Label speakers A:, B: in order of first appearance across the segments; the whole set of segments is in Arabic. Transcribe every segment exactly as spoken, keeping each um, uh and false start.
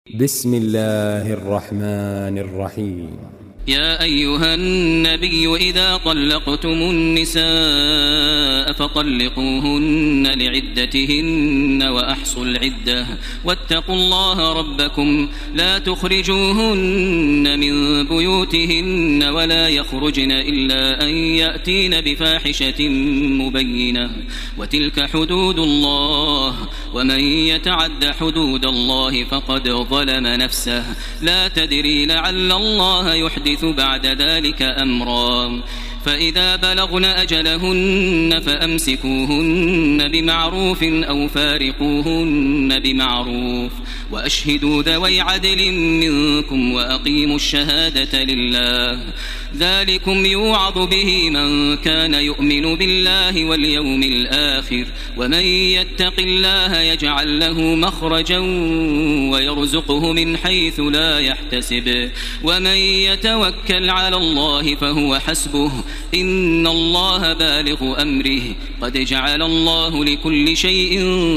A: بسم الله الرحمن الرحيم.
B: يا أيها النبي إذا طلقتم النساء فطلقوهن لعدتهن وأحصوا العدة واتقوا الله ربكم لا تخرجوهن من بيوتهن ولا يخرجن إلا أن يأتين بفاحشة مبينة وتلك حدود الله ومن يتعد حدود الله فقد ظلم نفسه لا تدري لعل الله يحدث بعد ذلك أمرا فإذا بلغن أجلهن فأمسكوهن بمعروف أو فارقوهن بمعروف وأشهدوا ذوي عدل منكم وأقيموا الشهادة لله ذلكم يوعظ به من كان يؤمن بالله واليوم الآخر ومن يتق الله يجعل له مخرجا ويرزقه من حيث لا يحتسب ومن يتوكل على الله فهو حسبه إن الله بالغ أمره قد جعل الله لكل شيء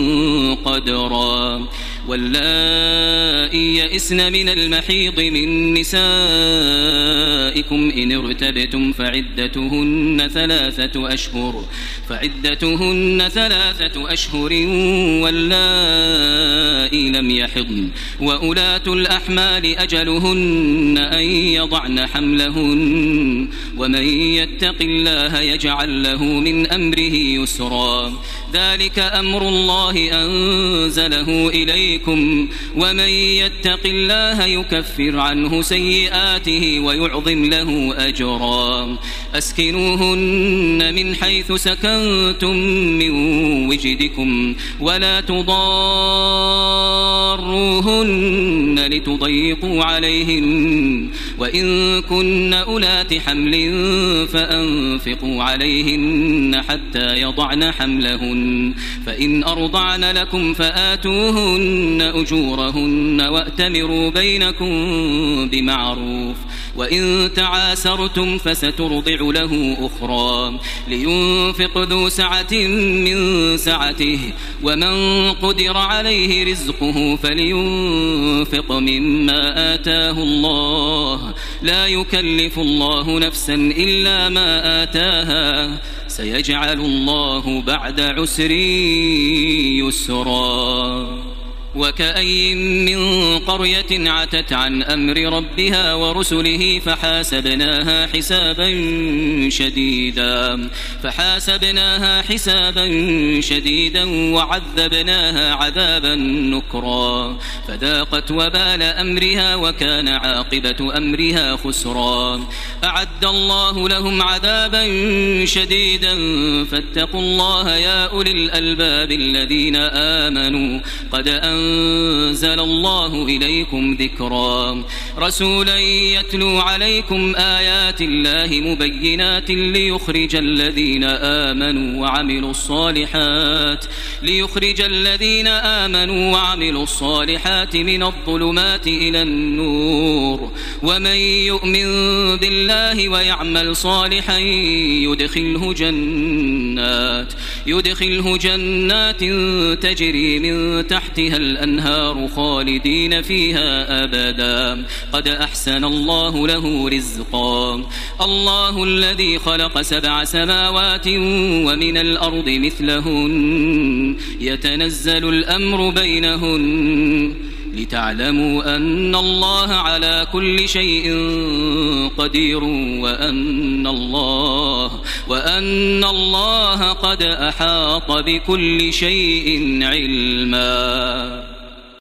B: قدرا واللائي يئسن من المحيض من نسائكم إن ارتبتم فعدتهن ثلاثة أشهر فعدتهن ثلاثة أشهر واللائي لم يحضن وأولاة الأحمال أجلهن أن يضعن حملهن ومن يتق الله يجعل له من أمره يسرا ذلك أمر الله أنزله إليكم ومن يتق الله يكفر عنه سيئاته ويعظم له أجرا أسكنوهن من حيث سكنتم من وجدكم ولا تضاروهن لتضيقوا عليهن وإن كن أولات حمل فأنفقوا عليهن حتى يضعن حملهن فإن أرضعن لكم فآتوهن أجورهن وأتمروا بينكم بمعروف وإن تعاسرتم فسترضع له أخرى لينفق ذو سعة من سعته ومن قدر عليه رزقه فلينفق مما آتاه الله لا يكلف الله نفسا إلا ما آتاها سيجعل الله بعد عسر يسرا وكأي من قرية عتت عن أمر ربها ورسله فحاسبناها حسابا شديدا فحاسبناها حسابا شديدا وعذبناها عذابا نكرا فذاقت وبال أمرها وكان عاقبة أمرها خسرا أعد الله لهم عذابا شديدا فاتقوا الله يا أولي الألباب الذين آمنوا قد أن أنزل الله إليكم ذكرا رسولا يتلو عليكم آيات الله مبينات ليخرج الذين آمنوا وعملوا الصالحات ليخرج الذين آمنوا وعملوا الصالحات من الظلمات إلى النور ومن يؤمن بالله ويعمل صالحا يدخله جنات يدخله جنات تجري من تحتها الأنهار خالدين فيها أبدا قد أحسن الله له رزقا الله الذي خلق سبع سماوات ومن الأرض مثلهن يتنزل الأمر بينهن لتعلموا أن الله على كل شيء قدير وأن الله وأن الله قد أحاط بكل شيء علما.